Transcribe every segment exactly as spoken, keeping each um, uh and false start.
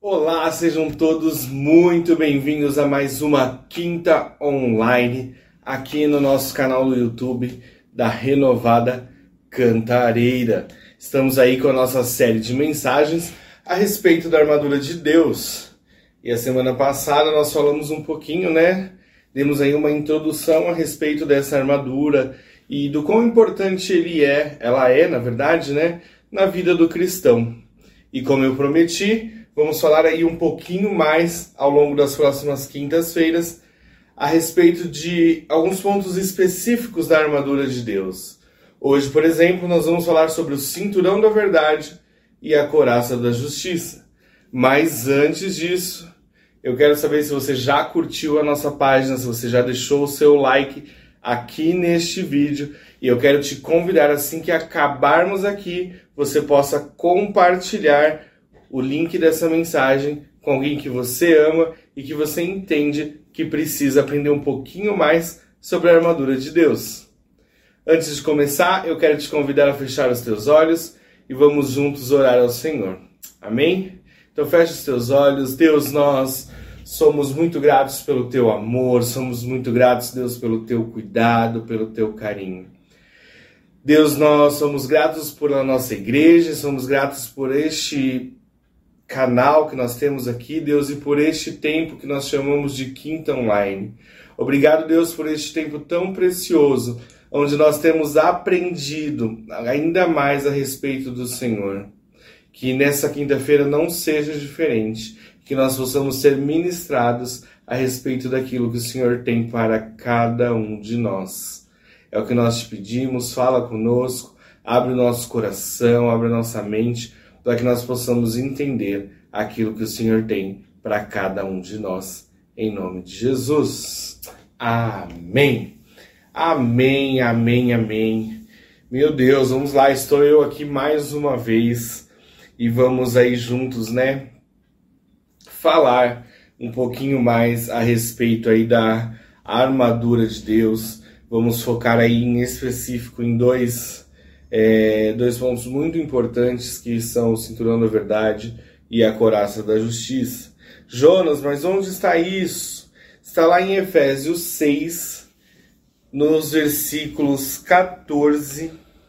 Olá, sejam todos muito bem-vindos a mais uma Quinta Online aqui no nosso canal do YouTube da Renovada Cantareira. Estamos aí com a nossa série de mensagens a respeito da armadura de Deus. E a semana passada nós falamos um pouquinho, né? Demos aí uma introdução a respeito dessa armadura e do quão importante ele é, ela é, na verdade, né? Na vida do cristão. E como eu prometi, vamos falar aí um pouquinho mais ao longo das próximas quintas-feiras a respeito de alguns pontos específicos da armadura de Deus. Hoje, por exemplo, nós vamos falar sobre o cinturão da verdade e a couraça da justiça. Mas antes disso, eu quero saber se você já curtiu a nossa página, se você já deixou o seu like aqui neste vídeo. E eu quero te convidar, assim que acabarmos aqui, você possa compartilhar o link dessa mensagem com alguém que você ama e que você entende que precisa aprender um pouquinho mais sobre a armadura de Deus. Antes de começar, eu quero te convidar a fechar os teus olhos e vamos juntos orar ao Senhor. Amém? Então feche os teus olhos. Deus, nós somos muito gratos pelo teu amor, somos muito gratos, Deus, pelo teu cuidado, pelo teu carinho. Deus, nós somos gratos por a nossa igreja, somos gratos por este canal que nós temos aqui, Deus, e por este tempo que nós chamamos de Quinta Online. Obrigado, Deus, por este tempo tão precioso, onde nós temos aprendido ainda mais a respeito do Senhor. Que nessa quinta-feira não seja diferente, que nós possamos ser ministrados a respeito daquilo que o Senhor tem para cada um de nós. É o que nós te pedimos, fala conosco, abre o nosso coração, abre a nossa mente, para que nós possamos entender aquilo que o Senhor tem para cada um de nós. Em nome de Jesus. Amém. Amém, amém, amém. Meu Deus, vamos lá, estou eu aqui mais uma vez e vamos aí juntos, né, falar um pouquinho mais a respeito aí da armadura de Deus. Vamos focar aí em específico em dois É, dois pontos muito importantes, que são o cinturão da verdade e a couraça da justiça. Jonas, mas onde está isso? Está lá em Efésios seis, nos versículos quatorze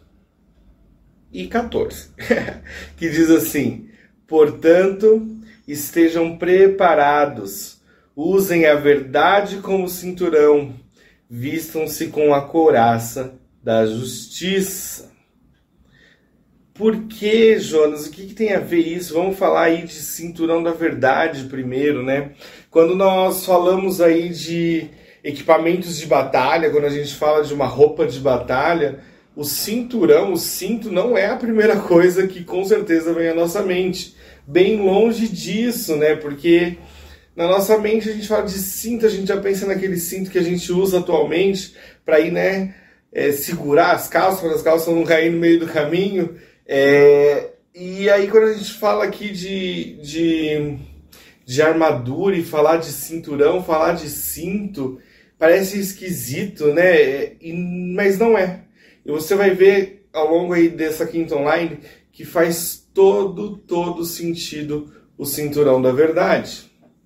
e quatorze, que diz assim: portanto, estejam preparados, usem a verdade como cinturão, vistam-se com a couraça da justiça. Por que, Jonas? O que, que tem a ver isso? Vamos falar aí de cinturão da verdade primeiro, né? Quando nós falamos aí de equipamentos de batalha, quando a gente fala de uma roupa de batalha, o cinturão, o cinto não é a primeira coisa que com certeza vem à nossa mente. Bem longe disso, né? Porque na nossa mente a gente fala de cinto, a gente já pensa naquele cinto que a gente usa atualmente para ir, né, é, segurar as calças, para as calças não cair no meio do caminho. É, e aí quando a gente fala aqui de, de, de armadura e falar de cinturão, falar de cinto, parece esquisito, né? E, mas não é. E você vai ver ao longo aí dessa Quinta Online que faz todo, todo sentido o cinturão da verdade.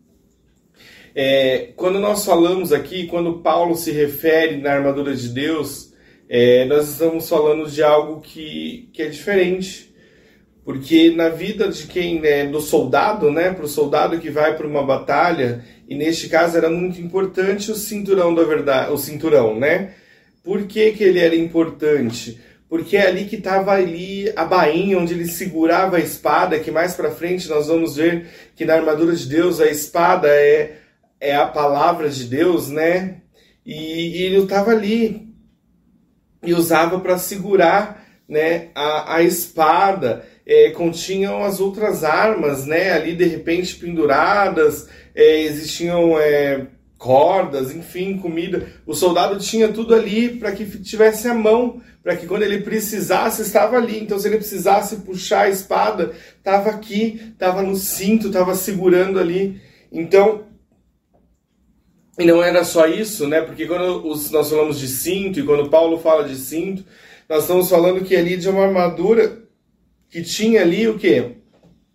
É, quando nós falamos aqui, quando Paulo se refere na armadura de Deus, É, nós estamos falando de algo que, que é diferente, porque na vida de quem, né, do soldado, né, para o soldado que vai para uma batalha, e neste caso era muito importante o cinturão da verdade, o cinturão, né? Por que que ele era importante? Porque é ali que estava ali a bainha, onde ele segurava a espada, que mais para frente nós vamos ver que na armadura de Deus a espada é, é a palavra de Deus, né? E, e ele estava ali e usava para segurar, né, a, a espada. É, continham as outras armas, né, ali de repente penduradas, é, existiam é, cordas, enfim, comida. O soldado tinha tudo ali para que tivesse a mão, para que quando ele precisasse, estava ali. Então, se ele precisasse puxar a espada, estava aqui, estava no cinto, estava segurando ali. Então, e não era só isso, né? Porque quando os, nós falamos de cinto, e quando Paulo fala de cinto, nós estamos falando que ali de uma armadura que tinha ali o quê?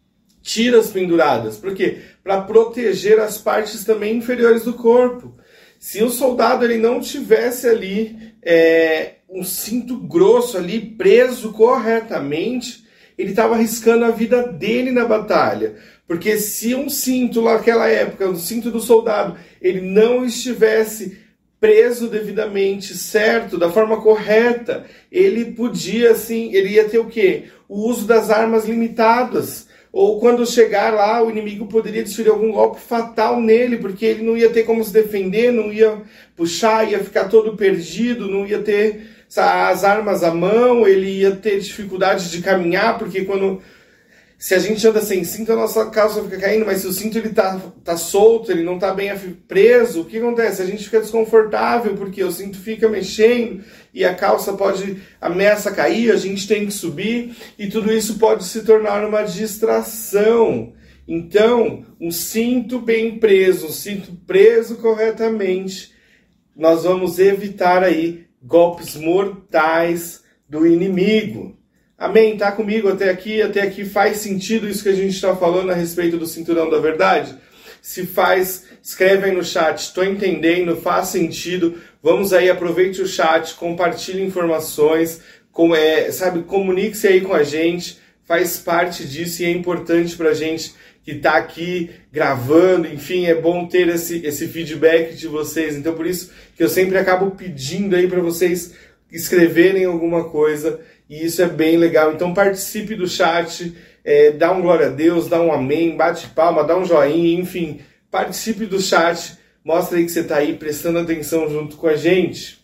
tiras penduradas. Por quê? Para proteger as partes também inferiores do corpo. Se o soldado ele não tivesse ali é, um cinto grosso ali preso corretamente, ele estava arriscando a vida dele na batalha. Porque se um cinto naquela época, o cinto do soldado, ele não estivesse preso devidamente, certo, da forma correta, ele podia, assim, ele ia ter o quê? O uso das armas limitadas. Ou quando chegar lá, o inimigo poderia desferir algum golpe fatal nele, porque ele não ia ter como se defender, não ia puxar, ia ficar todo perdido, não ia ter as armas à mão, ele ia ter dificuldade de caminhar, porque quando... Se a gente anda sem cinto, a nossa calça fica caindo, mas se o cinto ele tá, tá solto, ele não tá bem preso, o que acontece? A gente fica desconfortável, porque o cinto fica mexendo e a calça pode ameaça cair, a gente tem que subir, e tudo isso pode se tornar uma distração. Então, um cinto bem preso, um cinto preso corretamente, nós vamos evitar aí golpes mortais do inimigo. Amém? Tá comigo até aqui? Até aqui faz sentido isso que a gente está falando a respeito do cinturão da verdade? Se faz, escreve aí no chat, estou entendendo, faz sentido. Vamos aí, aproveite o chat, compartilhe informações, com, é, sabe, comunique-se aí com a gente, faz parte disso e é importante para a gente que está aqui gravando, enfim, é bom ter esse, esse feedback de vocês. Então, por isso que eu sempre acabo pedindo aí para vocês escreverem alguma coisa, e isso é bem legal. Então participe do chat, é, dá um glória a Deus, dá um amém, bate palma, dá um joinha, enfim, participe do chat, mostra aí que você está aí prestando atenção junto com a gente.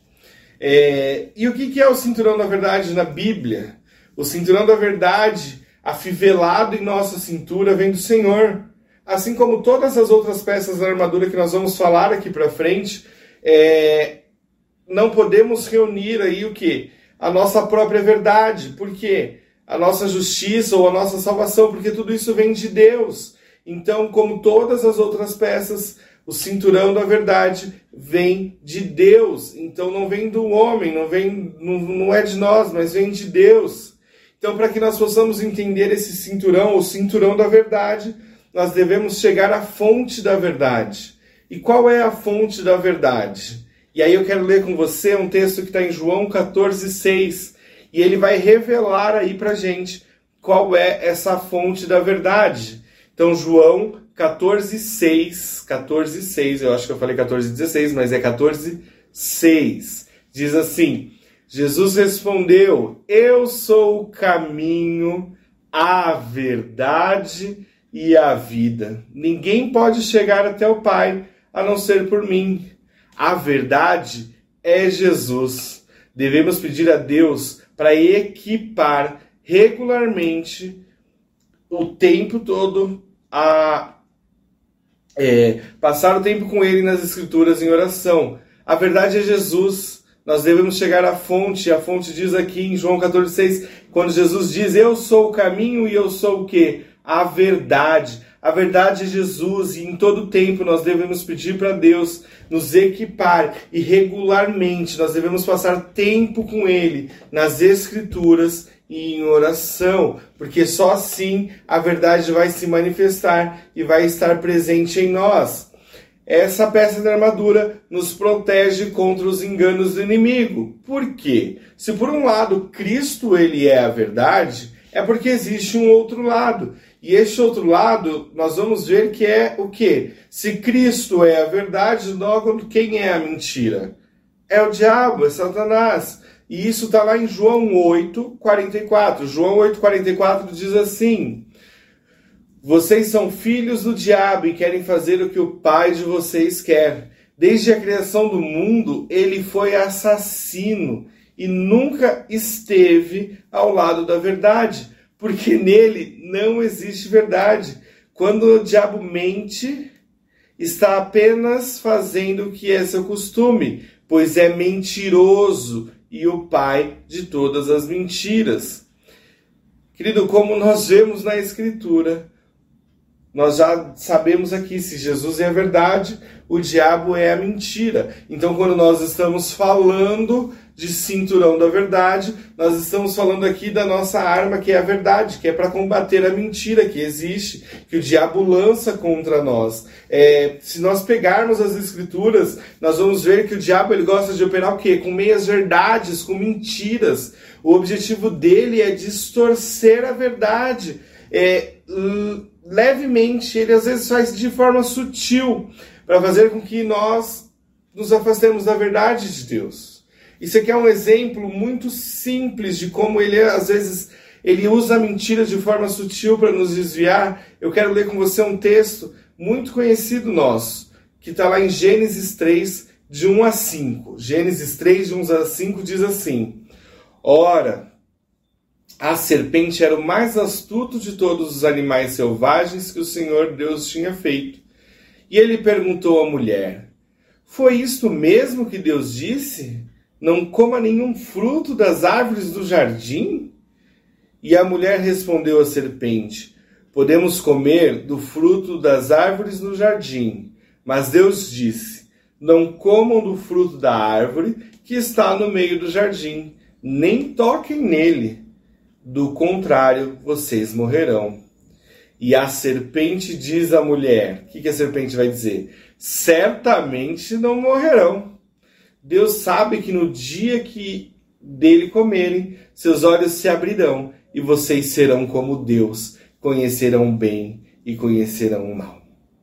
É, e o que é o cinturão da verdade na Bíblia? O cinturão da verdade, afivelado em nossa cintura, vem do Senhor. Assim como todas as outras peças da armadura que nós vamos falar aqui para frente, é, não podemos reunir aí o que? A nossa própria verdade. Por quê? A nossa justiça ou a nossa salvação, porque tudo isso vem de Deus. Então, como todas as outras peças, o cinturão da verdade vem de Deus. Então, não vem do homem, não, vem, não, não é de nós, mas vem de Deus. Então, para que nós possamos entender esse cinturão, o cinturão da verdade, nós devemos chegar à fonte da verdade. E qual é a fonte da verdade? E aí eu quero ler com você um texto que está em João quatorze, seis. E ele vai revelar aí para a gente qual é essa fonte da verdade. Então, João quatorze, seis. quatorze, seis. Eu acho que eu falei quatorze, dezesseis, mas é quatorze, seis. Diz assim: Jesus respondeu: eu sou o caminho, a verdade e a vida. Ninguém pode chegar até o Pai a não ser por mim. A verdade é Jesus. Devemos pedir a Deus para equipar regularmente, o tempo todo, a é, passar o tempo com Ele nas Escrituras em oração. A verdade é Jesus. Nós devemos chegar à fonte. A fonte diz aqui em João quatorze, seis, quando Jesus diz: eu sou o caminho e eu sou o quê? A verdade. A verdade é Jesus, e em todo tempo nós devemos pedir para Deus nos equipar, e regularmente nós devemos passar tempo com Ele nas Escrituras e em oração, porque só assim a verdade vai se manifestar e vai estar presente em nós. Essa peça da armadura nos protege contra os enganos do inimigo. Por quê? Se por um lado Cristo ele é a verdade, é porque existe um outro lado. E este outro lado, nós vamos ver que é o quê? Se Cristo é a verdade, logo quem é a mentira? É o diabo, é Satanás. E isso está lá em João oito, quarenta e quatro. João oito, quarenta e quatro diz assim: vocês são filhos do diabo e querem fazer o que o pai de vocês quer. Desde a criação do mundo, ele foi assassino e nunca esteve ao lado da verdade, porque nele não existe verdade. Quando o diabo mente, está apenas fazendo o que é seu costume, pois é mentiroso e o pai de todas as mentiras. Querido, como nós vemos na Escritura, nós já sabemos aqui, se Jesus é a verdade, o diabo é a mentira. Então, quando nós estamos falando de cinturão da verdade, nós estamos falando aqui da nossa arma, que é a verdade, que é para combater a mentira que existe, que o diabo lança contra nós. É, se nós pegarmos as escrituras, nós vamos ver que o diabo ele gosta de operar o quê? Com meias verdades, com mentiras. O objetivo dele é distorcer a verdade. É, levemente, ele às vezes faz de forma sutil, para fazer com que nós nos afastemos da verdade de Deus. Isso aqui é um exemplo muito simples de como ele, às vezes, ele usa a mentira de forma sutil para nos desviar. Eu quero ler com você um texto muito conhecido nosso, que está lá em Gênesis três, de um a cinco. Gênesis três, de um a cinco, diz assim: Ora, a serpente era o mais astuto de todos os animais selvagens que o Senhor Deus tinha feito. E ele perguntou à mulher: Foi isto mesmo que Deus disse? Não coma nenhum fruto das árvores do jardim? E a mulher respondeu à serpente: Podemos comer do fruto das árvores do jardim. Mas Deus disse: Não comam do fruto da árvore que está no meio do jardim, nem toquem nele. Do contrário, vocês morrerão. E a serpente diz à mulher: o que a serpente vai dizer? Certamente não morrerão. Deus sabe que no dia que dele comerem, seus olhos se abrirão e vocês serão como Deus, conhecerão o bem e conhecerão o mal.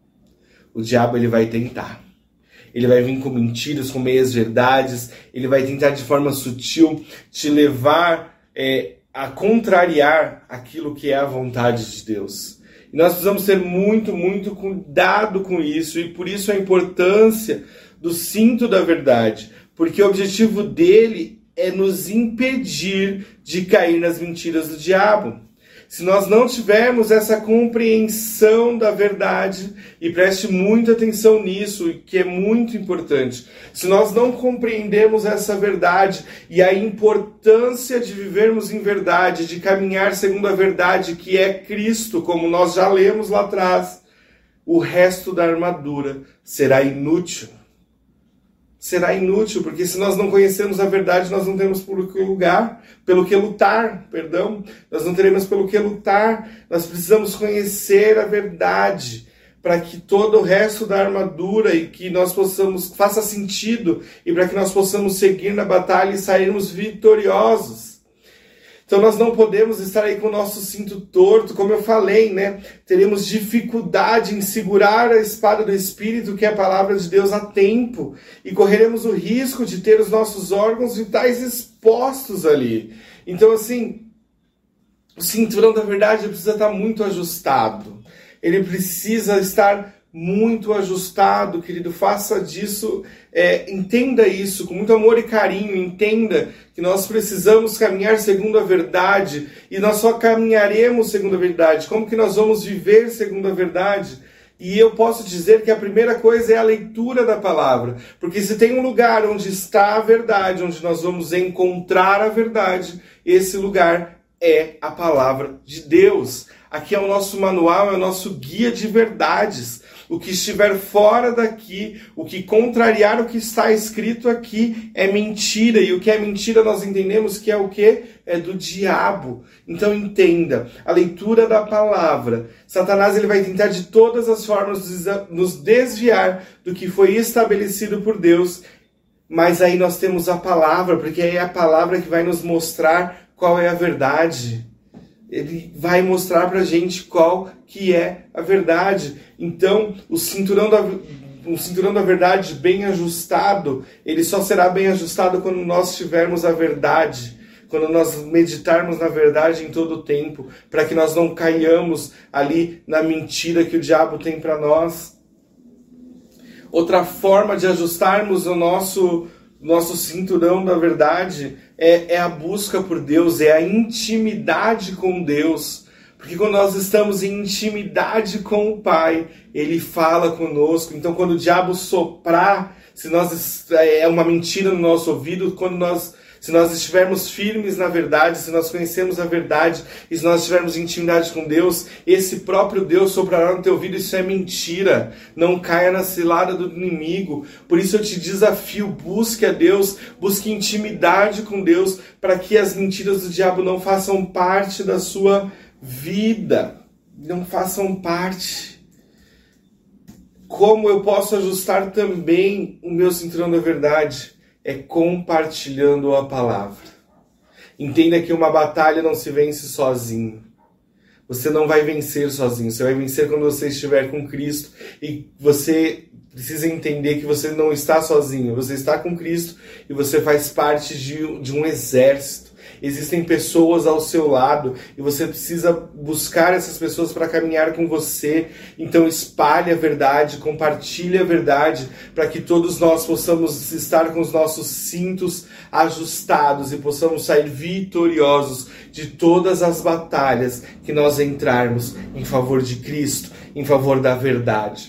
O diabo ele vai tentar. Ele vai vir com mentiras, com meias verdades. Ele vai tentar de forma sutil te levar é, a contrariar aquilo que é a vontade de Deus. E nós precisamos ter muito, muito cuidado com isso. E por isso a importância do cinto da verdade. Porque o objetivo dele é nos impedir de cair nas mentiras do diabo. Se nós não tivermos essa compreensão da verdade, e preste muita atenção nisso, que é muito importante, se nós não compreendermos essa verdade e a importância de vivermos em verdade, de caminhar segundo a verdade que é Cristo, como nós já lemos lá atrás, o resto da armadura será inútil. Será inútil, porque se nós não conhecemos a verdade, nós não temos pelo que lugar, pelo que lutar, perdão, nós não teremos pelo que lutar. Nós precisamos conhecer a verdade para que todo o resto da armadura e que nós possamos faça sentido e para que nós possamos seguir na batalha e sairmos vitoriosos. Então nós não podemos estar aí com o nosso cinto torto, como eu falei, né? Teremos dificuldade em segurar a espada do Espírito, que é a palavra de Deus, a tempo. E correremos o risco de ter os nossos órgãos vitais expostos ali. Então, assim, o cinturão da verdade precisa estar muito ajustado. Ele precisa estar muito ajustado, querido. Faça disso, é, entenda isso com muito amor e carinho. Entenda que nós precisamos caminhar segundo a verdade, e nós só caminharemos segundo a verdade. Como que nós vamos viver segundo a verdade? E eu posso dizer que a primeira coisa é a leitura da palavra, porque se tem um lugar onde está a verdade, onde nós vamos encontrar a verdade, esse lugar é a palavra de Deus. Aqui é o nosso manual, é o nosso guia de verdades. O que estiver fora daqui, o que contrariar o que está escrito aqui é mentira. E o que é mentira nós entendemos que é o quê? É do diabo. Então entenda, a leitura da palavra. Satanás ele vai tentar de todas as formas nos desviar do que foi estabelecido por Deus. Mas aí nós temos a palavra, porque é a palavra que vai nos mostrar qual é a verdade. Ele vai mostrar pra gente qual que é a verdade. Então, o cinturão da, o cinturão da verdade bem ajustado, ele só será bem ajustado quando nós tivermos a verdade, quando nós meditarmos na verdade em todo o tempo, para que nós não caiamos ali na mentira que o diabo tem para nós. Outra forma de ajustarmos o nosso nosso cinturão da verdade é, é a busca por Deus, é a intimidade com Deus. Porque quando nós estamos em intimidade com o Pai, Ele fala conosco. Então quando o diabo soprar, se nós é uma mentira no nosso ouvido, quando nós, Se nós estivermos firmes na verdade, se nós conhecemos a verdade e se nós estivermos em intimidade com Deus, esse próprio Deus soprará no teu ouvido. Isso é mentira. Não caia na cilada do inimigo. Por isso eu te desafio, busque a Deus, busque intimidade com Deus, para que as mentiras do diabo não façam parte da sua vida. Não façam parte. Como eu posso ajustar também o meu cinturão da verdade? É compartilhando a palavra. Entenda que uma batalha não se vence sozinho. Você não vai vencer sozinho. Você vai vencer quando você estiver com Cristo. E você precisa entender que você não está sozinho. Você está com Cristo e você faz parte de, de um exército. Existem pessoas ao seu lado e você precisa buscar essas pessoas para caminhar com você. Então espalhe a verdade, compartilhe a verdade, para que todos nós possamos estar com os nossos cintos ajustados e possamos sair vitoriosos de todas as batalhas que nós entrarmos em favor de Cristo, em favor da verdade.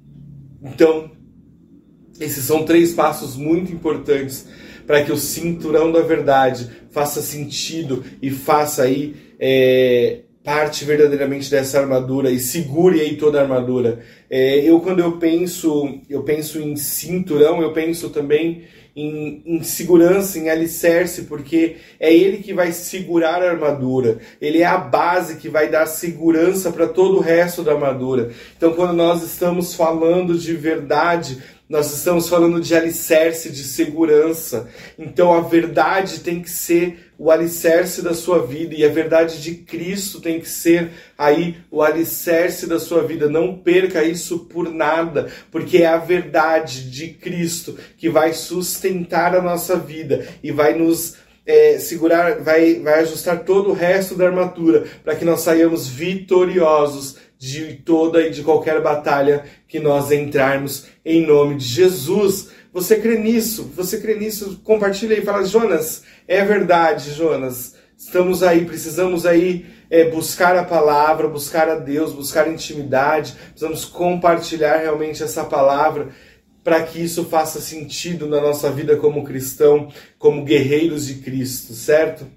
Então, esses são três passos muito importantes para que o cinturão da verdade faça sentido e faça aí é, parte verdadeiramente dessa armadura e segure aí toda a armadura. É, eu quando eu penso, eu penso em cinturão, eu penso também em, em segurança, em alicerce, porque é ele que vai segurar a armadura. Ele é a base que vai dar segurança para todo o resto da armadura. Então quando nós estamos falando de verdade, nós estamos falando de alicerce, de segurança. Então a verdade tem que ser o alicerce da sua vida e a verdade de Cristo tem que ser aí o alicerce da sua vida. Não perca isso por nada, porque é a verdade de Cristo que vai sustentar a nossa vida e vai nos é, segurar, vai, vai ajustar todo o resto da armadura para que nós saiamos vitoriosos de toda e de qualquer batalha que nós entrarmos em nome de Jesus. Você crê nisso? Você crê nisso? Compartilha aí, fala, Jonas, é verdade, Jonas. Estamos aí, precisamos aí é, buscar a palavra, buscar a Deus, buscar intimidade. Precisamos compartilhar realmente essa palavra para que isso faça sentido na nossa vida como cristão, como guerreiros de Cristo, certo?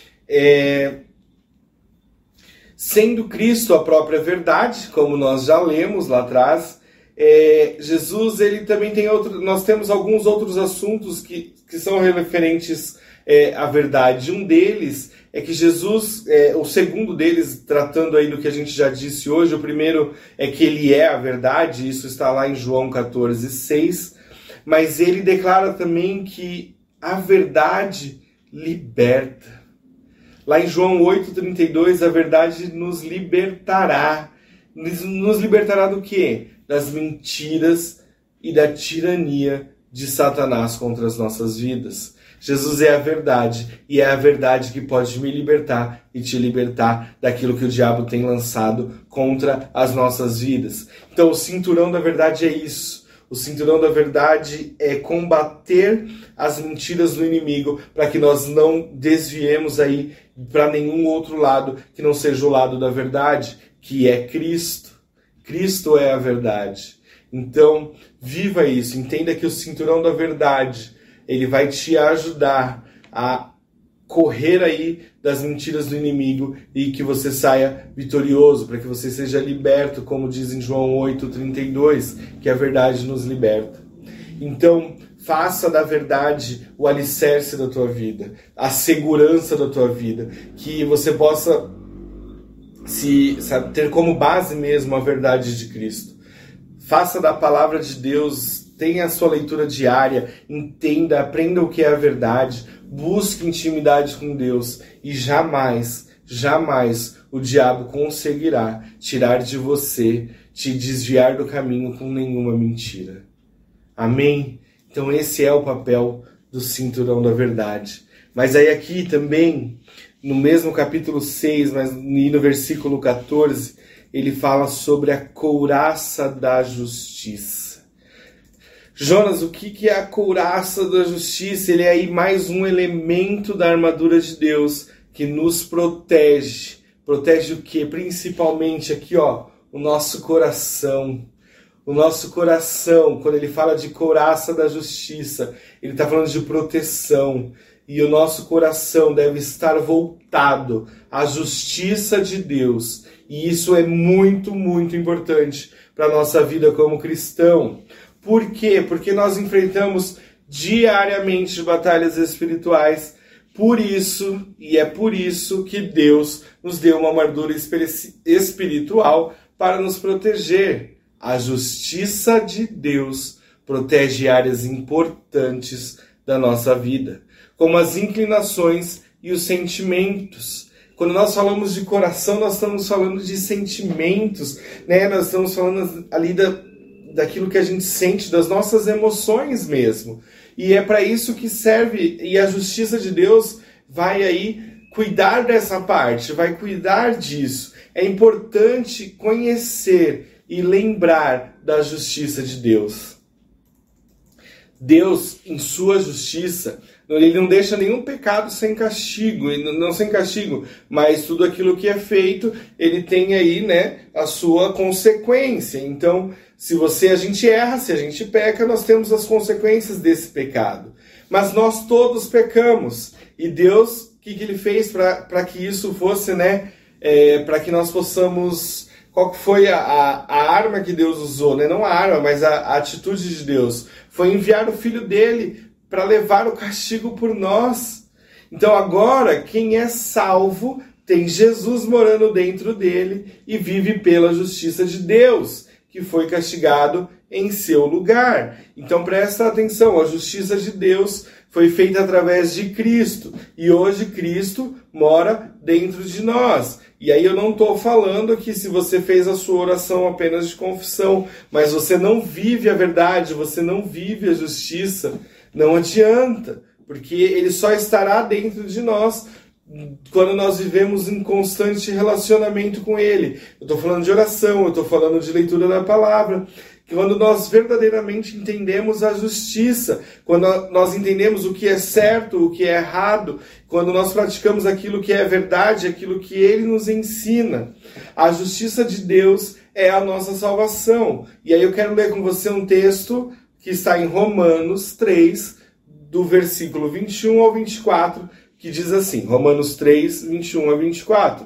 É... Sendo Cristo a própria verdade, como nós já lemos lá atrás, é, Jesus ele também tem outro, nós temos alguns outros assuntos que, que são referentes é, à verdade. Um deles é que Jesus, é, o segundo deles, tratando aí do que a gente já disse hoje, o primeiro é que ele é a verdade, isso está lá em João quatorze, seis, mas ele declara também que a verdade liberta. Lá em João oito, trinta e dois, a verdade nos libertará. Nos libertará do quê? Das mentiras e da tirania de Satanás contra as nossas vidas. Jesus é a verdade, e é a verdade que pode me libertar e te libertar daquilo que o diabo tem lançado contra as nossas vidas. Então o cinturão da verdade é isso. O cinturão da verdade é combater as mentiras do inimigo para que nós não desviemos aí para nenhum outro lado que não seja o lado da verdade, que é Cristo. Cristo é a verdade. Então, viva isso. Entenda que o cinturão da verdade, ele vai te ajudar a correr aí das mentiras do inimigo e que você saia vitorioso, para que você seja liberto, como diz em João oito, trinta e dois, que a verdade nos liberta. Então, faça da verdade o alicerce da tua vida, a segurança da tua vida, que você possa se, sabe, ter como base mesmo a verdade de Cristo. Faça da palavra de Deus, tenha a sua leitura diária, entenda, aprenda o que é a verdade, busque intimidade com Deus e jamais, jamais o diabo conseguirá tirar de você, te desviar do caminho com nenhuma mentira. Amém? Então esse é o papel do cinturão da verdade. Mas aí aqui também, no mesmo capítulo seis, mas no versículo quatorze, ele fala sobre a couraça da justiça. Jonas, o que é a couraça da justiça? Ele é aí mais um elemento da armadura de Deus que nos protege. Protege o quê? Principalmente aqui, ó, o nosso coração. O nosso coração, quando ele fala de couraça da justiça, ele está falando de proteção. e o nosso coração deve estar voltado à justiça de Deus. E isso é muito, muito importante para a nossa vida como cristão. Por quê? Porque nós enfrentamos diariamente batalhas espirituais. Por isso, e é por isso que Deus nos deu uma armadura espiritual para nos proteger. A justiça de Deus protege áreas importantes da nossa vida, como as inclinações e os sentimentos. Quando nós falamos de coração, nós estamos falando de sentimentos, né? Nós estamos falando ali da, daquilo que a gente sente, das nossas emoções mesmo. E é para isso que serve, e a justiça de Deus vai aí cuidar dessa parte, vai cuidar disso. É importante conhecer e lembrar da justiça de Deus. Deus, em sua justiça, ele não deixa nenhum pecado sem castigo, não sem castigo, mas tudo aquilo que é feito, ele tem aí, né, a sua consequência. Então, se você, a gente erra, se a gente peca, nós temos as consequências desse pecado. Mas nós todos pecamos. E Deus, o que, que ele fez para que isso fosse, né, é, para que nós possamos... Qual foi a, a, a arma que Deus usou, né? Não a arma, mas a, a atitude de Deus. Foi enviar o Filho dele para levar o castigo por nós. Então agora, quem é salvo tem Jesus morando dentro dele e vive pela justiça de Deus, que foi castigado em seu lugar. Então presta atenção, a justiça de Deus foi feita através de Cristo. E hoje Cristo mora dentro de nós. E aí eu não estou falando que se você fez a sua oração apenas de confissão, mas você não vive a verdade, você não vive a justiça, não adianta. Porque ele só estará dentro de nós quando nós vivemos em constante relacionamento com ele. Eu estou falando de oração, eu estou falando de leitura da palavra. Quando nós verdadeiramente entendemos a justiça, quando nós entendemos o que é certo, o que é errado, quando nós praticamos aquilo que é verdade, aquilo que ele nos ensina. A justiça de Deus é a nossa salvação. E aí eu quero ler com você um texto que está em Romanos três, do versículo vinte e um ao vinte e quatro, que diz assim, Romanos três, vinte e um a vinte e quatro.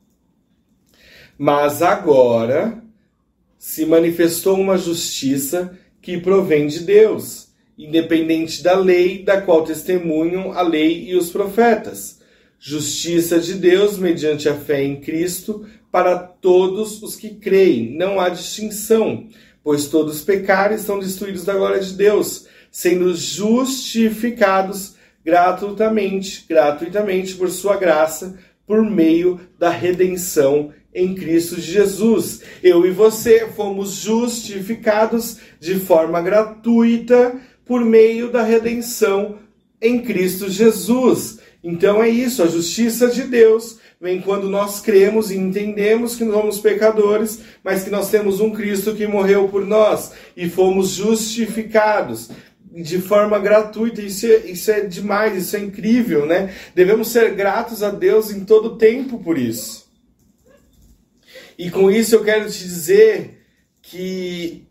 Mas agora se manifestou uma justiça que provém de Deus, independente da lei, da qual testemunham a lei e os profetas. Justiça de Deus mediante a fé em Cristo para todos os que creem. Não há distinção, pois todos pecaram e estão destruídos da glória de Deus, sendo justificados gratuitamente, gratuitamente por sua graça, por meio da redenção em Cristo Jesus. Eu e você fomos justificados de forma gratuita por meio da redenção em Cristo Jesus. Então é isso, a justiça de Deus vem quando nós cremos e entendemos que nós somos pecadores, mas que nós temos um Cristo que morreu por nós e fomos justificados de forma gratuita. Isso é, isso é demais, isso é incrível, né? Devemos ser gratos a Deus em todo tempo por isso. E com isso eu quero te dizer que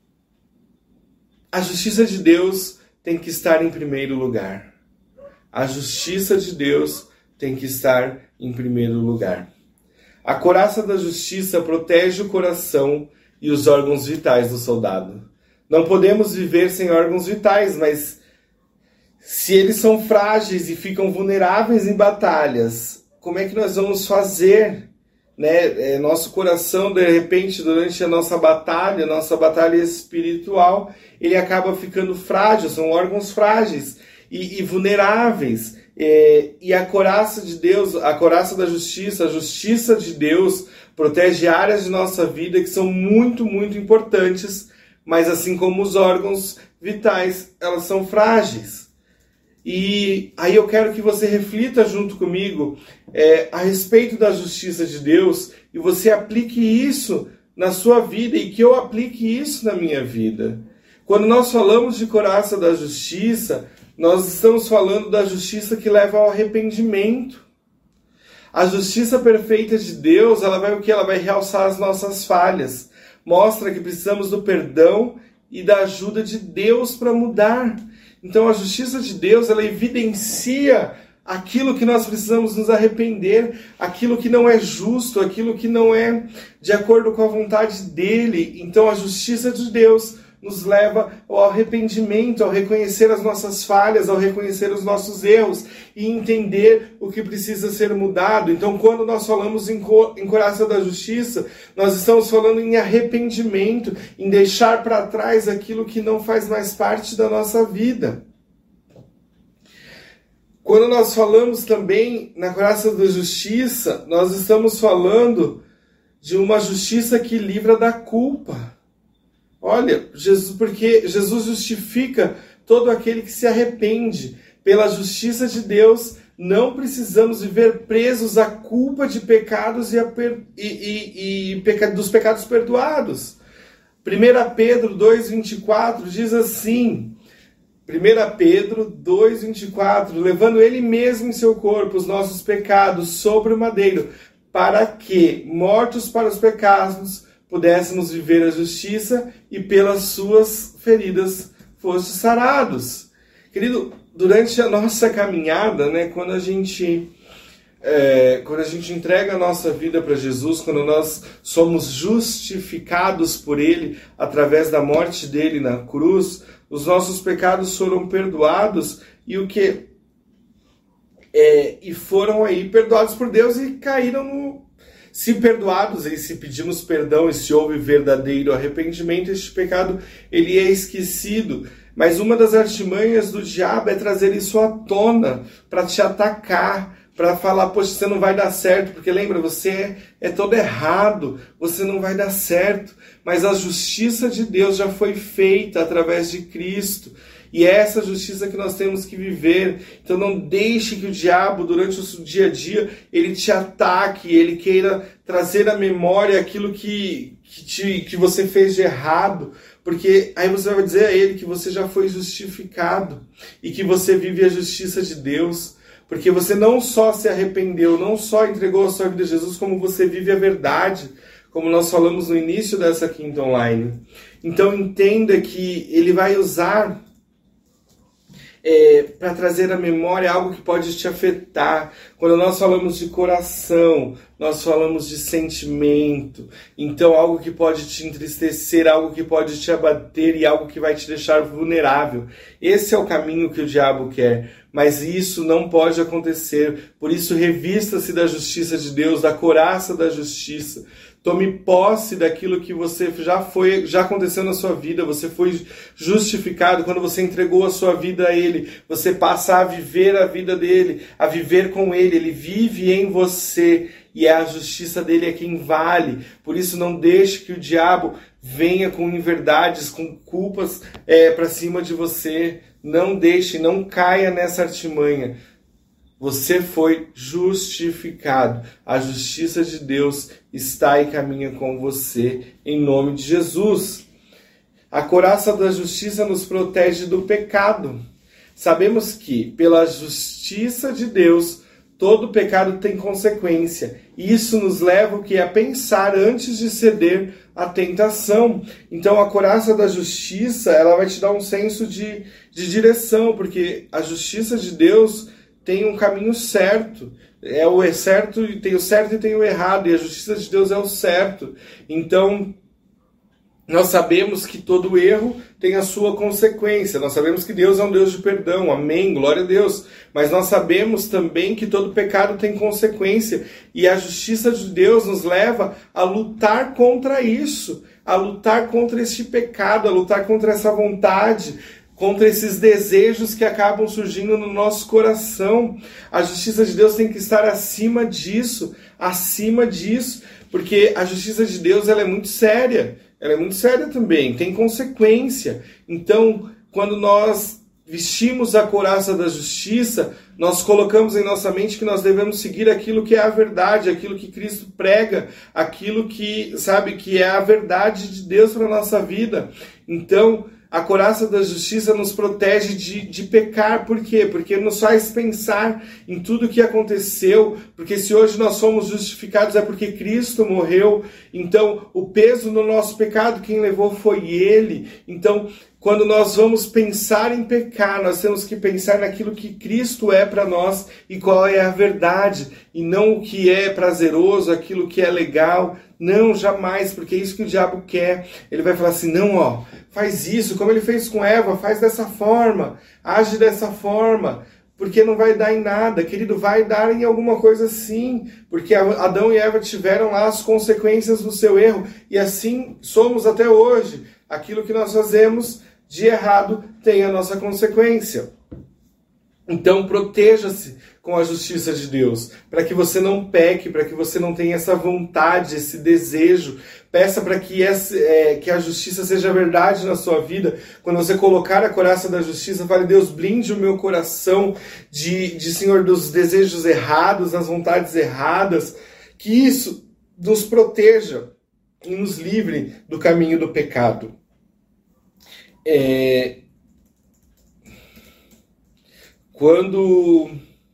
a justiça de Deus tem que estar em primeiro lugar. A justiça de Deus tem que estar em primeiro lugar. A couraça da justiça protege o coração e os órgãos vitais do soldado. Não podemos viver sem órgãos vitais, mas se eles são frágeis e ficam vulneráveis em batalhas, como é que nós vamos fazer? Né? É, nosso coração, de repente, durante a nossa batalha, nossa batalha espiritual, ele acaba ficando frágil, são órgãos frágeis e, e vulneráveis. É, e a couraça de Deus, a couraça da justiça, a justiça de Deus protege áreas de nossa vida que são muito, muito importantes, mas assim como os órgãos vitais, elas são frágeis. E aí eu quero que você reflita junto comigo é, a respeito da justiça de Deus e você aplique isso na sua vida e que eu aplique isso na minha vida. Quando nós falamos de couraça da justiça, nós estamos falando da justiça que leva ao arrependimento. A justiça perfeita de Deus, ela vai o quê? Ela vai realçar as nossas falhas. Mostra que precisamos do perdão e da ajuda de Deus para mudar. Então a justiça de Deus, ela evidencia aquilo que nós precisamos nos arrepender, aquilo que não é justo, aquilo que não é de acordo com a vontade dele. Então a justiça de Deus nos leva ao arrependimento, ao reconhecer as nossas falhas, ao reconhecer os nossos erros e entender o que precisa ser mudado. Então, quando nós falamos em, co- em coraça da justiça, nós estamos falando em arrependimento, em deixar para trás aquilo que não faz mais parte da nossa vida. Quando nós falamos também na coraça da justiça, nós estamos falando de uma justiça que livra da culpa. Olha, Jesus, porque Jesus justifica todo aquele que se arrepende. Pela justiça de Deus, não precisamos viver presos à culpa de pecados e, a per, e, e, e peca, dos pecados perdoados. primeira Pedro dois, vinte e quatro diz assim, primeira Pedro dois, vinte e quatro, levando ele mesmo em seu corpo os nossos pecados sobre o madeiro, para que, mortos para os pecados, pudéssemos viver a justiça e pelas suas feridas fostes sarados. Querido, durante a nossa caminhada, né, quando a gente é, quando a gente entrega a nossa vida para Jesus, quando nós somos justificados por Ele através da morte dele na cruz, os nossos pecados foram perdoados e o que é, e foram aí perdoados por Deus e caíram no Se perdoados e se pedimos perdão e se houve verdadeiro arrependimento, este pecado ele é esquecido. Mas uma das artimanhas do diabo é trazer isso à tona, para te atacar, para falar, poxa, você não vai dar certo, porque lembra, você é, é todo errado, você não vai dar certo. Mas a justiça de Deus já foi feita através de Cristo. E é essa justiça que nós temos que viver. Então não deixe que o diabo, durante o seu dia a dia, ele te ataque, ele queira trazer à memória aquilo que, que, te, que você fez de errado, porque aí você vai dizer a ele que você já foi justificado e que você vive a justiça de Deus, porque você não só se arrependeu, não só entregou a sua vida a Jesus, como você vive a verdade, como nós falamos no início dessa quinta online. Então entenda que ele vai usar É, para trazer à memória algo que pode te afetar. Quando nós falamos de coração, nós falamos de sentimento. Então algo que pode te entristecer, algo que pode te abater e algo que vai te deixar vulnerável. Esse é o caminho que o diabo quer. Mas isso não pode acontecer. Por isso revista-se da justiça de Deus, da couraça da justiça. Tome posse daquilo que você já foi, já aconteceu na sua vida. Você foi justificado quando você entregou a sua vida a Ele. Você passa a viver a vida dele, a viver com Ele. Ele vive em você e é a justiça dele é quem vale. Por isso não deixe que o diabo venha com inverdades, com culpas é, para cima de você. Não deixe, não caia nessa artimanha. Você foi justificado. A justiça de Deus está e caminha com você, em nome de Jesus. A couraça da justiça nos protege do pecado. Sabemos que, pela justiça de Deus, todo pecado tem consequência. Isso nos leva o que? A pensar antes de ceder à tentação. Então, a couraça da justiça, ela vai te dar um senso de, de direção, porque a justiça de Deus tem um caminho certo, é o certo, tem o certo e tem o errado, e a justiça de Deus é o certo. Então, nós sabemos que todo erro tem a sua consequência, nós sabemos que Deus é um Deus de perdão, amém, glória a Deus, mas nós sabemos também que todo pecado tem consequência, e a justiça de Deus nos leva a lutar contra isso, a lutar contra este pecado, a lutar contra essa vontade, contra esses desejos que acabam surgindo no nosso coração. A justiça de Deus tem que estar acima disso, acima disso, porque a justiça de Deus ela é muito séria, ela é muito séria também, tem consequência. Então, quando nós vestimos a couraça da justiça, nós colocamos em nossa mente que nós devemos seguir aquilo que é a verdade, aquilo que Cristo prega, aquilo que, sabe, que é a verdade de Deus para a nossa vida. Então, a couraça da justiça nos protege de, de pecar. Por quê? Porque nos faz pensar em tudo o que aconteceu, porque se hoje nós somos justificados é porque Cristo morreu, então o peso no nosso pecado quem levou foi Ele. Então, quando nós vamos pensar em pecar, nós temos que pensar naquilo que Cristo é para nós e qual é a verdade, e não o que é prazeroso, aquilo que é legal. Não, jamais, porque é isso que o diabo quer. Ele vai falar assim, não, ó, faz isso, como ele fez com Eva, faz dessa forma, age dessa forma, porque não vai dar em nada. Querido, vai dar em alguma coisa sim, porque Adão e Eva tiveram lá as consequências do seu erro, e assim somos até hoje. Aquilo que nós fazemos de errado tem a nossa consequência. Então proteja-se com a justiça de Deus, para que você não peque, para que você não tenha essa vontade, esse desejo. Peça para que, é, que a justiça seja verdade na sua vida. Quando você colocar a couraça da justiça, fale, Deus, blinde o meu coração de, de Senhor, dos desejos errados, das vontades erradas. Que isso nos proteja e nos livre do caminho do pecado. É... Quando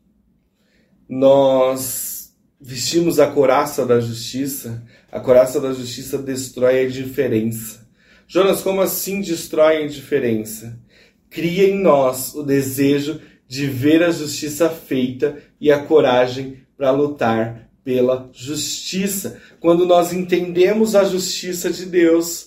nós vestimos a couraça da justiça, a couraça da justiça destrói a indiferença. Jonas, como assim destrói a indiferença? Cria em nós o desejo de ver a justiça feita e a coragem para lutar pela justiça. Quando nós entendemos a justiça de Deus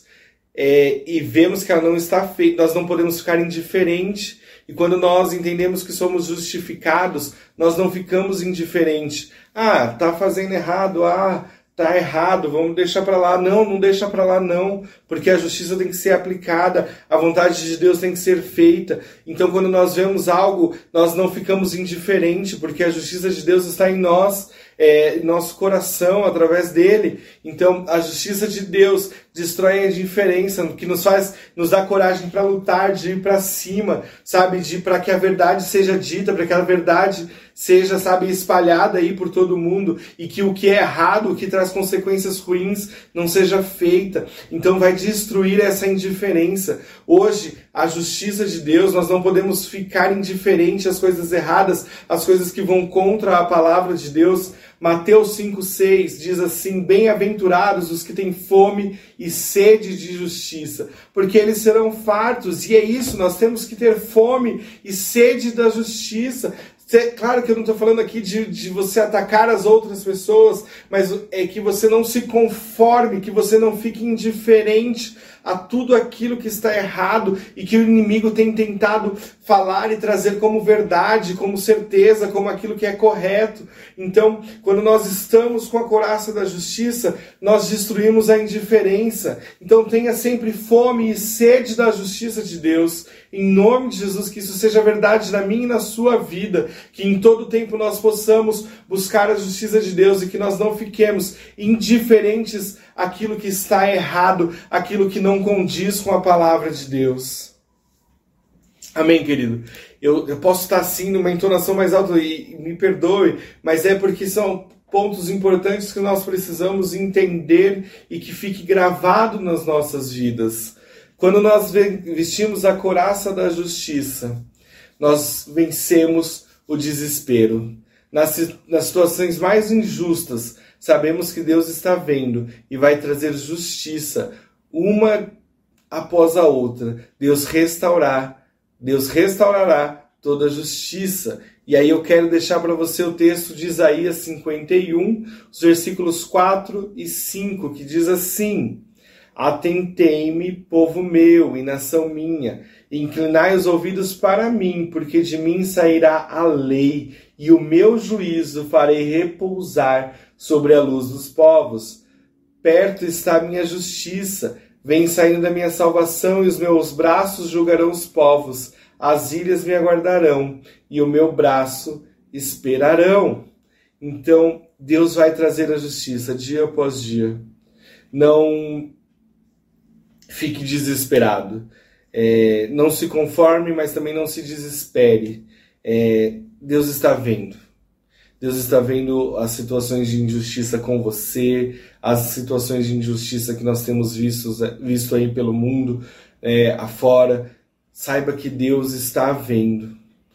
é, e vemos que ela não está feita, nós não podemos ficar indiferentes. E quando nós entendemos que somos justificados, nós não ficamos indiferentes. Ah, tá fazendo errado, ah, tá errado, vamos deixar para lá. Não, não deixa para lá não, porque a justiça tem que ser aplicada, a vontade de Deus tem que ser feita. Então quando nós vemos algo, nós não ficamos indiferentes, porque a justiça de Deus está em nós, é, nosso coração, através dele. Então a justiça de Deus destrói a indiferença, que nos faz, nos dá coragem para lutar, de ir para cima, sabe, de para que a verdade seja dita, para que a verdade seja, sabe, espalhada aí por todo mundo, e que o que é errado, o que traz consequências ruins, não seja feita. Então vai destruir essa indiferença. Hoje, a justiça de Deus, nós não podemos ficar indiferentes às coisas erradas, às coisas que vão contra a palavra de Deus. Mateus cinco, seis diz assim, bem-aventurados os que têm fome e sede de justiça, porque eles serão fartos. E é isso, nós temos que ter fome e sede da justiça. Claro que eu não estou falando aqui de, de você atacar as outras pessoas, mas é que você não se conforme, que você não fique indiferente a tudo aquilo que está errado e que o inimigo tem tentado falar e trazer como verdade, como certeza, como aquilo que é correto. Então, quando nós estamos com a couraça da justiça, nós destruímos a indiferença. Então, tenha sempre fome e sede da justiça de Deus. Em nome de Jesus, que isso seja verdade na minha e na sua vida, que em todo tempo nós possamos buscar a justiça de Deus e que nós não fiquemos indiferentes àquilo que está errado, àquilo que não condiz com a palavra de Deus. Amém, querido? Eu, eu posso estar assim numa entonação mais alta e me perdoe, mas é porque são pontos importantes que nós precisamos entender e que fique gravado nas nossas vidas. Quando nós vestimos a couraça da justiça, nós vencemos o desespero. Nas, nas situações mais injustas, sabemos que Deus está vendo e vai trazer justiça, uma após a outra. Deus restaurar, Deus restaurará toda a justiça. E aí eu quero deixar para você o texto de Isaías cinquenta e um, os versículos quatro e cinco, que diz assim: atentei-me, povo meu e nação minha, e inclinai os ouvidos para mim, porque de mim sairá a lei, e o meu juízo farei repousar sobre a luz dos povos. Perto está a minha justiça, vem saindo da minha salvação, e os meus braços julgarão os povos. As ilhas me aguardarão, e o meu braço esperarão. Então, Deus vai trazer a justiça dia após dia. Não fique desesperado. É, não se conforme, mas também não se desespere. É, Deus está vendo. Deus está vendo as situações de injustiça com você, as situações de injustiça que nós temos visto, visto aí pelo mundo é, afora. Saiba que Deus está vendo.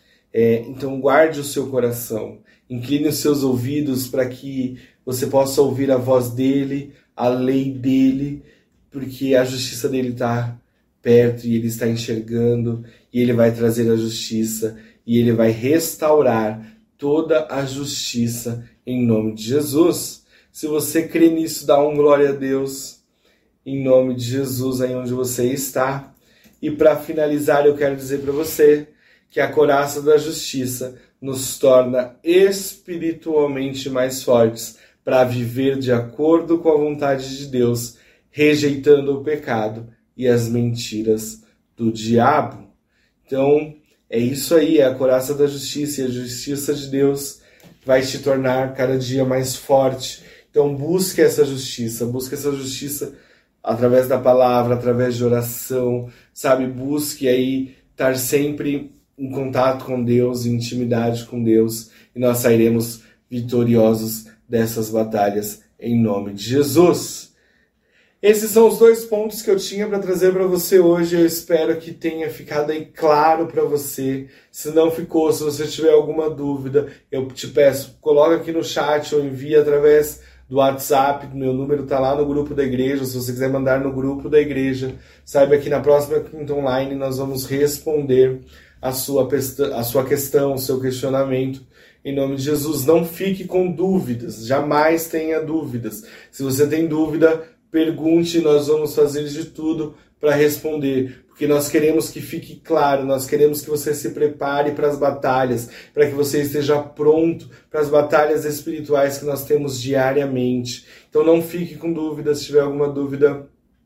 É, então guarde o seu coração, incline os seus ouvidos para que você possa ouvir a voz dele, a lei dele, porque a justiça dele está perto e ele está enxergando, e ele vai trazer a justiça, e ele vai restaurar toda a justiça em nome de Jesus. Se você crê nisso, dá um glória a Deus, em nome de Jesus, aí onde você está. E para finalizar, eu quero dizer para você que a couraça da justiça nos torna espiritualmente mais fortes para viver de acordo com a vontade de Deus, rejeitando o pecado e as mentiras do diabo. Então, é isso aí, é a couraça da justiça, e a justiça de Deus vai te tornar cada dia mais forte. Então, busque essa justiça, busque essa justiça através da palavra, através de oração, sabe? Busque aí estar sempre em contato com Deus, em intimidade com Deus, e nós sairemos vitoriosos dessas batalhas em nome de Jesus. Esses são os dois pontos que eu tinha para trazer para você hoje. Eu espero que tenha ficado aí claro para você. Se não ficou, se você tiver alguma dúvida, eu te peço, coloca aqui no chat ou envia através do WhatsApp. Meu número está lá no grupo da igreja. Se você quiser mandar no grupo da igreja, saiba que na próxima Quinta Online nós vamos responder a sua, a sua questão, o seu questionamento. Em nome de Jesus, não fique com dúvidas, jamais tenha dúvidas. Se você tem dúvida, pergunte, nós vamos fazer de tudo para responder, porque nós queremos que fique claro, nós queremos que você se prepare para as batalhas, para que você esteja pronto para as batalhas espirituais que nós temos diariamente. Então não fique com dúvidas, se tiver alguma dúvida,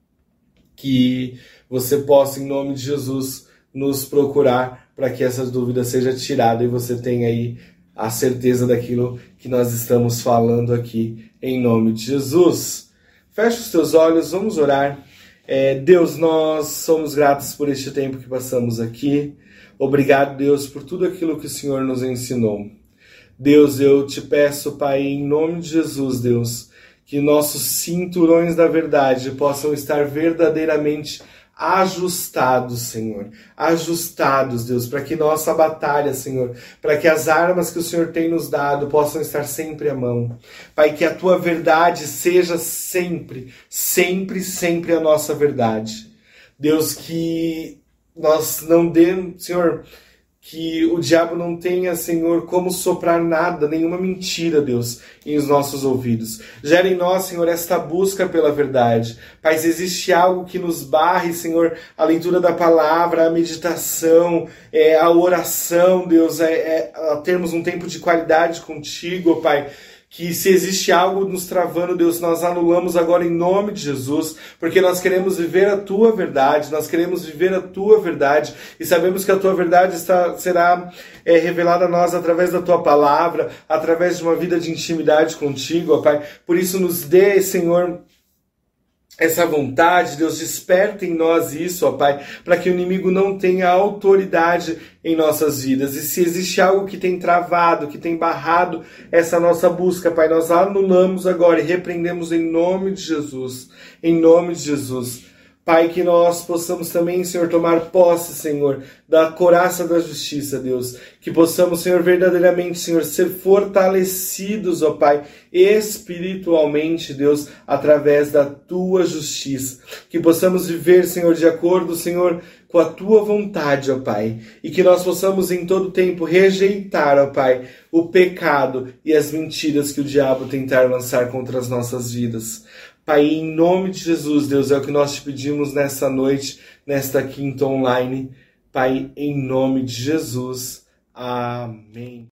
que você possa, em nome de Jesus, nos procurar para que essa dúvida seja tirada e você tenha aí a certeza daquilo que nós estamos falando aqui, em nome de Jesus. Feche os teus olhos, vamos orar. É, Deus, nós somos gratos por este tempo que passamos aqui. Obrigado, Deus, por tudo aquilo que o Senhor nos ensinou. Deus, eu te peço, Pai, em nome de Jesus, Deus, que nossos cinturões da verdade possam estar verdadeiramente ajustados, Senhor, ajustados, Deus, para que nossa batalha, Senhor, para que as armas que o Senhor tem nos dado possam estar sempre à mão. Pai, que a Tua verdade seja sempre, sempre, sempre a nossa verdade. Deus, que nós não demos, Senhor, que o diabo não tenha, Senhor, como soprar nada, nenhuma mentira, Deus, em os nossos ouvidos. Gera em nós, Senhor, esta busca pela verdade. Pai, se existe algo que nos barre, Senhor, a leitura da palavra, a meditação, é, a oração, Deus, é, é, a termos um tempo de qualidade contigo, Pai, que se existe algo nos travando, Deus, nós anulamos agora em nome de Jesus, porque nós queremos viver a Tua verdade, nós queremos viver a Tua verdade, e sabemos que a Tua verdade está, será é, revelada a nós através da Tua palavra, através de uma vida de intimidade contigo, ó Pai. Por isso nos dê, Senhor, essa vontade, Deus, desperta em nós isso, ó Pai, para que o inimigo não tenha autoridade em nossas vidas. E se existe algo que tem travado, que tem barrado essa nossa busca, Pai, nós anulamos agora e repreendemos em nome de Jesus, em nome de Jesus. Pai, que nós possamos também, Senhor, tomar posse, Senhor, da couraça da justiça, Deus. Que possamos, Senhor, verdadeiramente, Senhor, ser fortalecidos, ó Pai, espiritualmente, Deus, através da Tua justiça. Que possamos viver, Senhor, de acordo, Senhor, com a Tua vontade, ó Pai. E que nós possamos, em todo tempo, rejeitar, ó Pai, o pecado e as mentiras que o diabo tentar lançar contra as nossas vidas. Pai, em nome de Jesus, Deus, é o que nós te pedimos nessa noite, nesta Quinta Online. Pai, em nome de Jesus. Amém.